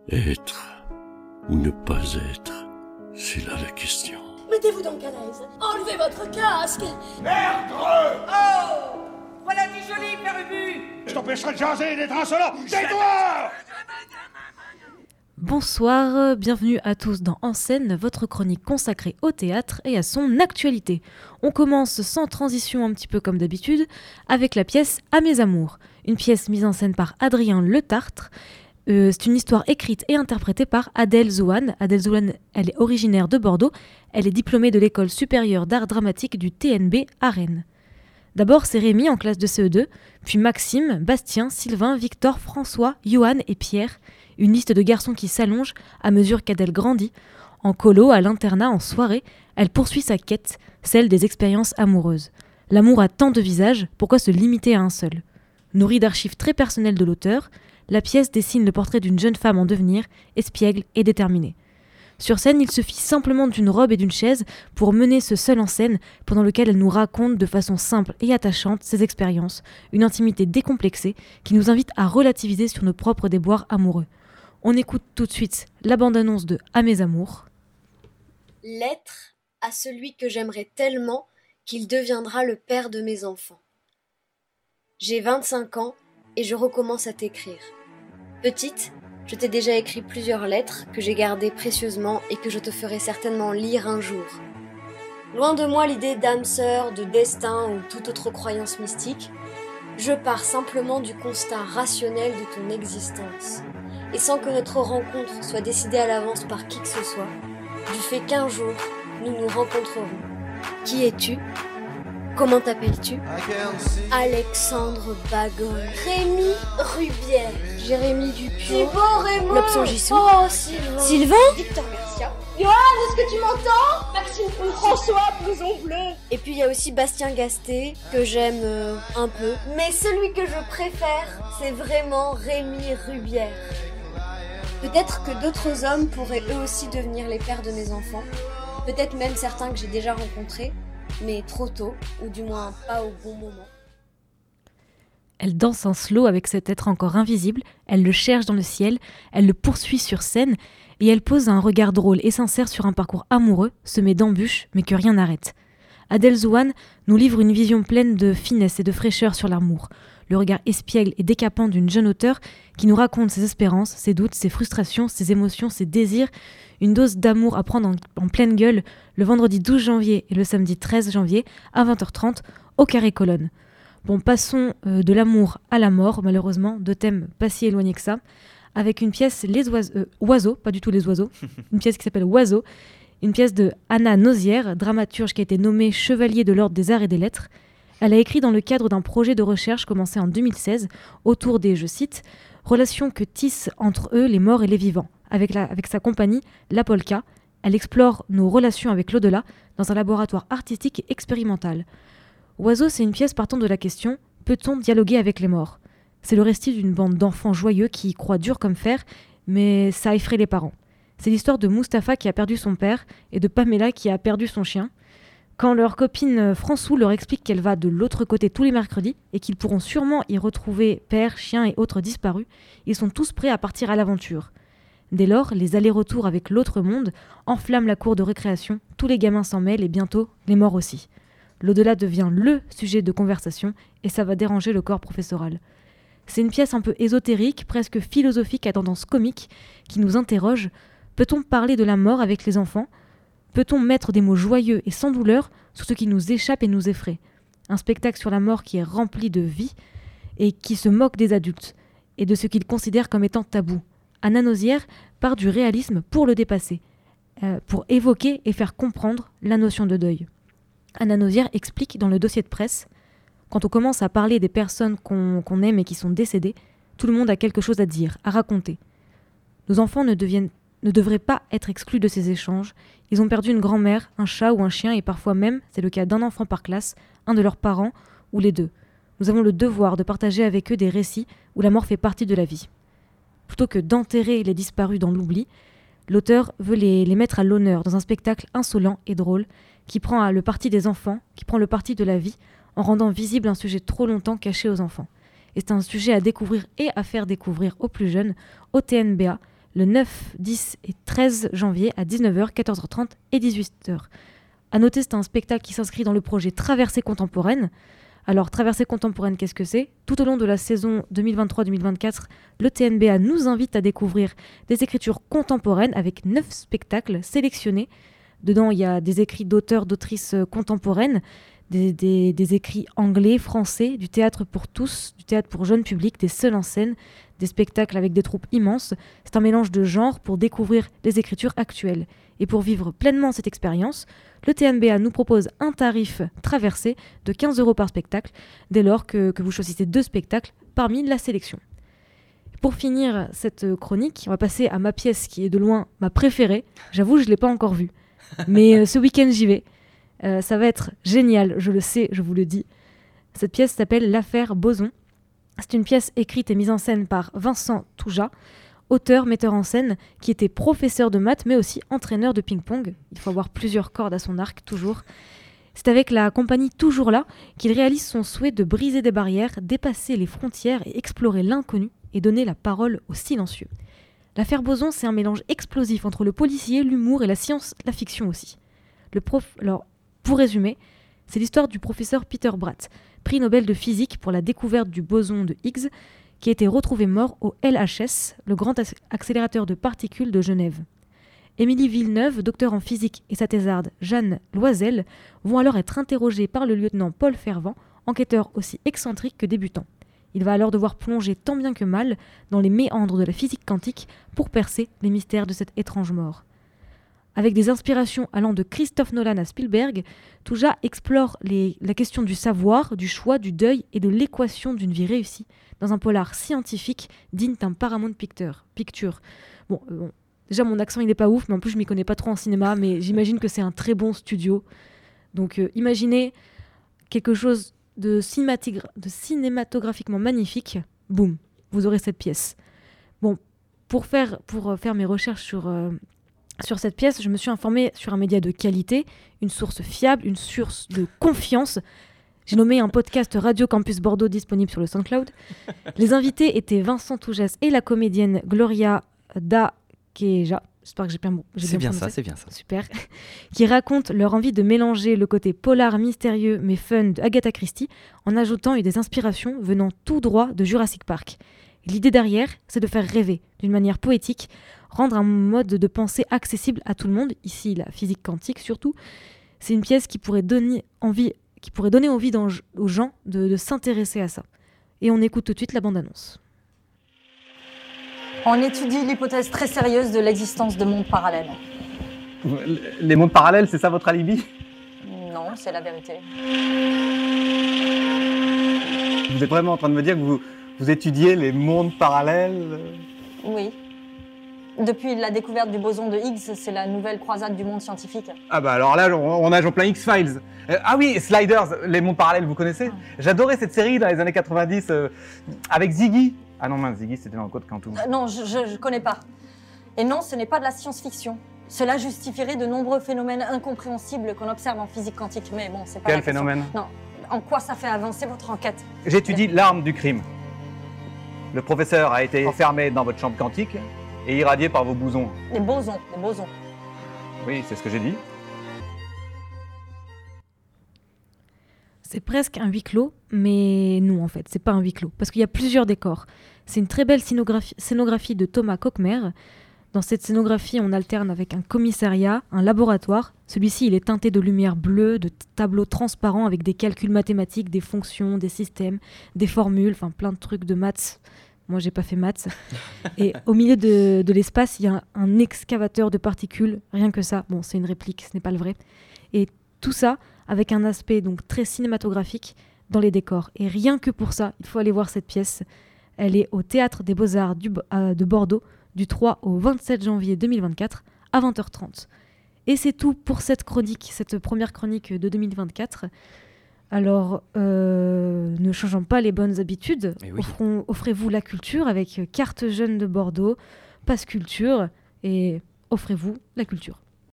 Être ou ne pas être, c'est là la question. Mettez-vous donc à l'aise. Enlevez votre casque. Merde! Oh! Voilà du joli, Père Ubu! Je t'empêcherai de jaser et d'être insolent! Tais-toi! Bonsoir, bienvenue à tous dans En scène, votre chronique consacrée au théâtre et à son actualité. On commence sans transition, un petit peu comme d'habitude, avec la pièce À mes amours, une pièce mise en scène par Adrien Letartre. C'est une histoire écrite et interprétée par Adèle Zouane. Adèle Zouane, elle est originaire de Bordeaux. Elle est diplômée de l'école supérieure d'art dramatique du TNB à Rennes. D'abord, c'est Rémi en classe de CE2, puis Maxime, Bastien, Sylvain, Victor, François, Johan et Pierre. Une liste de garçons qui s'allonge à mesure qu'Adèle grandit. En colo, à l'internat, en soirée, elle poursuit sa quête, celle des expériences amoureuses. L'amour a tant de visages, pourquoi se limiter à un seul ? Nourrie d'archives très personnelles de l'auteur, la pièce dessine le portrait d'une jeune femme en devenir, espiègle et déterminée. Sur scène, il suffit simplement d'une robe et d'une chaise pour mener ce seul en scène, pendant lequel elle nous raconte de façon simple et attachante ses expériences, une intimité décomplexée qui nous invite à relativiser sur nos propres déboires amoureux. On écoute tout de suite la bande-annonce de À mes amours. Lettre à celui que j'aimerais tellement qu'il deviendra le père de mes enfants. J'ai 25 ans et je recommence à t'écrire. Petite, je t'ai déjà écrit plusieurs lettres que j'ai gardées précieusement et que je te ferai certainement lire un jour. Loin de moi l'idée d'âme sœur, de destin ou toute autre croyance mystique, je pars simplement du constat rationnel de ton existence. Et sans que notre rencontre soit décidée à l'avance par qui que ce soit, du fait qu'un jour, nous nous rencontrerons. Qui es-tu ? Comment t'appelles-tu ? Alexandre Bagon. Rémi Rubière. Jérémy Dupuis. C'est beau, Raymond. Lobson Gissou. Oh, Sylvain. Sylvain ? Victor Garcia. Johan, est-ce que tu m'entends ? Maxime François, blouson bleu. Et puis il y a aussi Bastien Gasté, que j'aime un peu. Mais celui que je préfère, c'est vraiment Rémi Rubière. Peut-être que d'autres hommes pourraient eux aussi devenir les pères de mes enfants. Peut-être même certains que j'ai déjà rencontrés, mais trop tôt, ou du moins pas au bon moment. Elle danse en slow avec cet être encore invisible, elle le cherche dans le ciel, elle le poursuit sur scène, et elle pose un regard drôle et sincère sur un parcours amoureux, semé d'embûches, mais que rien n'arrête. Adèle Zouane nous livre une vision pleine de finesse et de fraîcheur sur l'amour, le regard espiègle et décapant d'une jeune auteure qui nous raconte ses espérances, ses doutes, ses frustrations, ses émotions, ses désirs, une dose d'amour à prendre en pleine gueule le vendredi 12 janvier et le samedi 13 janvier à 20h30 au Carré Colonne. Bon, passons de l'amour à la mort, malheureusement, deux thèmes pas si éloignés que ça, avec une pièce Oiseaux, pas du tout les oiseaux, une pièce qui s'appelle Oiseaux, une pièce de Anna Nozière, dramaturge qui a été nommée chevalier de l'Ordre des Arts et des Lettres. Elle a écrit dans le cadre d'un projet de recherche commencé en 2016 autour des, je cite, « relations que tissent entre eux les morts et les vivants ». Avec sa compagnie, La Polka, elle explore nos relations avec l'au-delà dans un laboratoire artistique et expérimental. Oiseau, c'est une pièce partant de la question « Peut-on dialoguer avec les morts ?» C'est le récit d'une bande d'enfants joyeux qui y croient dur comme fer, mais ça effraie les parents. C'est l'histoire de Mustapha qui a perdu son père et de Pamela qui a perdu son chien. Quand leur copine François leur explique qu'elle va de l'autre côté tous les mercredis et qu'ils pourront sûrement y retrouver père, chien et autres disparus, ils sont tous prêts à partir à l'aventure. Dès lors, les allers-retours avec l'autre monde enflamment la cour de récréation, tous les gamins s'en mêlent et bientôt les morts aussi. L'au-delà devient le sujet de conversation et ça va déranger le corps professoral. C'est une pièce un peu ésotérique, presque philosophique à tendance comique, qui nous interroge. Peut-on parler de la mort avec les enfants ? Peut-on mettre des mots joyeux et sans douleur sur ce qui nous échappe et nous effraie ? Un spectacle sur la mort qui est rempli de vie et qui se moque des adultes et de ce qu'ils considèrent comme étant tabou. Anna Nozière part du réalisme pour le dépasser, pour évoquer et faire comprendre la notion de deuil. Anna Nozière explique dans le dossier de presse « Quand on commence à parler des personnes qu'on aime et qui sont décédées, tout le monde a quelque chose à dire, à raconter. Nos enfants ne devraient pas être exclus de ces échanges. Ils ont perdu une grand-mère, un chat ou un chien et parfois même, c'est le cas d'un enfant par classe, un de leurs parents ou les deux. Nous avons le devoir de partager avec eux des récits où la mort fait partie de la vie. Plutôt que d'enterrer les disparus dans l'oubli, l'auteur veut les mettre à l'honneur dans un spectacle insolent et drôle qui prend le parti des enfants, qui prend le parti de la vie en rendant visible un sujet trop longtemps caché aux enfants. Et c'est un sujet à découvrir et à faire découvrir aux plus jeunes, au TNBA, le 9, 10 et 13 janvier à 19h, 14h30 et 18h. À noter, c'est un spectacle qui s'inscrit dans le projet Traversée contemporaine. Alors, Traversée contemporaine, qu'est-ce que c'est ? Tout au long de la saison 2023-2024, le TNBA nous invite à découvrir des écritures contemporaines avec 9 spectacles sélectionnés. Dedans, il y a des écrits d'auteurs, d'autrices contemporaines, des écrits anglais, français, du théâtre pour tous, du théâtre pour jeune public, des seuls en scène, des spectacles avec des troupes immenses. C'est un mélange de genres pour découvrir les écritures actuelles. Et pour vivre pleinement cette expérience, le TNBA nous propose un tarif traversé de 15 € par spectacle, dès lors que vous choisissez 2 spectacles parmi la sélection. Pour finir cette chronique, on va passer à ma pièce qui est de loin ma préférée. J'avoue, je ne l'ai pas encore vue. Mais ce week-end, j'y vais. Ça va être génial, je le sais, je vous le dis. Cette pièce s'appelle L'affaire Boson. C'est une pièce écrite et mise en scène par Vincent Touja, auteur, metteur en scène, qui était professeur de maths, mais aussi entraîneur de ping-pong. Il faut avoir plusieurs cordes à son arc, toujours. C'est avec la compagnie Toujours Là qu'il réalise son souhait de briser des barrières, dépasser les frontières et explorer l'inconnu et donner la parole aux silencieux. L'affaire Boson, c'est un mélange explosif entre le policier, l'humour et la science, la fiction aussi. Alors, pour résumer, c'est l'histoire du professeur Peter Bratt, prix Nobel de physique pour la découverte du boson de Higgs, qui a été retrouvé mort au LHS, le grand accélérateur de particules de Genève. Émilie Villeneuve, docteur en physique, et sa thésarde Jeanne Loisel vont alors être interrogées par le lieutenant Paul Fervent, enquêteur aussi excentrique que débutant. Il va alors devoir plonger tant bien que mal dans les méandres de la physique quantique pour percer les mystères de cette étrange mort. Avec des inspirations allant de Christophe Nolan à Spielberg, Touja explore la question du savoir, du choix, du deuil et de l'équation d'une vie réussie dans un polar scientifique digne d'un Paramount Picture. Bon, déjà mon accent il n'est pas ouf, mais en plus je m'y connais pas trop en cinéma, mais j'imagine que c'est un très bon studio. Donc imaginez quelque chose de cinématographiquement magnifique, boum, vous aurez cette pièce. Bon, pour faire mes recherches sur cette pièce, je me suis informée sur un média de qualité, une source fiable, une source de confiance. J'ai nommé un podcast Radio Campus Bordeaux disponible sur le SoundCloud. Les invités étaient Vincent Toujas et la comédienne Gloria Daqueja. J'espère que j'ai bien prononcé. C'est bien ça. Super. Qui racontent leur envie de mélanger le côté polar mystérieux mais fun d'Agatha Christie en ajoutant des inspirations venant tout droit de Jurassic Park. Et l'idée derrière, c'est de faire rêver d'une manière poétique, rendre un mode de pensée accessible à tout le monde, ici la physique quantique surtout. C'est une pièce qui pourrait donner envie aux gens de s'intéresser à ça. Et on écoute tout de suite la bande-annonce. On étudie l'hypothèse très sérieuse de l'existence de mondes parallèles. Les mondes parallèles, c'est ça votre alibi ? Non, c'est la vérité. Vous êtes vraiment en train de me dire que vous étudiez les mondes parallèles ? Oui. Depuis la découverte du boson de Higgs, c'est la nouvelle croisade du monde scientifique. Ah bah alors là, on nage en plein X-Files. Ah oui, Sliders, les mondes parallèles, vous connaissez ? J'adorais cette série dans les années 90 avec Ziggy. Ah non, mince, Ziggy, c'était dans le Code Quantum. Non, je connais pas. Et non, ce n'est pas de la science-fiction. Cela justifierait de nombreux phénomènes incompréhensibles qu'on observe en physique quantique. Mais bon, c'est pas Quel phénomène ? Non, en quoi ça fait avancer votre enquête ? J'étudie l'arme du crime. Le professeur a été enfermé dans votre chambre quantique et irradié par vos bosons. Les bosons. Oui, c'est ce que j'ai dit. C'est presque un huis clos, mais non en fait, c'est pas un huis clos, parce qu'il y a plusieurs décors. C'est une très belle scénographie de Thomas Cockmer. Dans cette scénographie, on alterne avec un commissariat, un laboratoire. Celui-ci, il est teinté de lumière bleue, de tableaux transparents avec des calculs mathématiques, des fonctions, des systèmes, des formules, enfin plein de trucs de maths. Moi, j'ai pas fait maths. Et au milieu de l'espace, il y a un excavateur de particules, rien que ça. Bon, c'est une réplique, ce n'est pas le vrai. Et tout ça avec un aspect donc très cinématographique dans les décors. Et rien que pour ça, il faut aller voir cette pièce. Elle est au Théâtre des Beaux-Arts de Bordeaux, du 3 au 27 janvier 2024, à 20h30. Et c'est tout pour cette chronique, cette première chronique de 2024. Alors, ne changeons pas les bonnes habitudes. Oui. Offrez-vous la culture avec Carte Jeune de Bordeaux, Passe Culture, et offrez-vous la culture.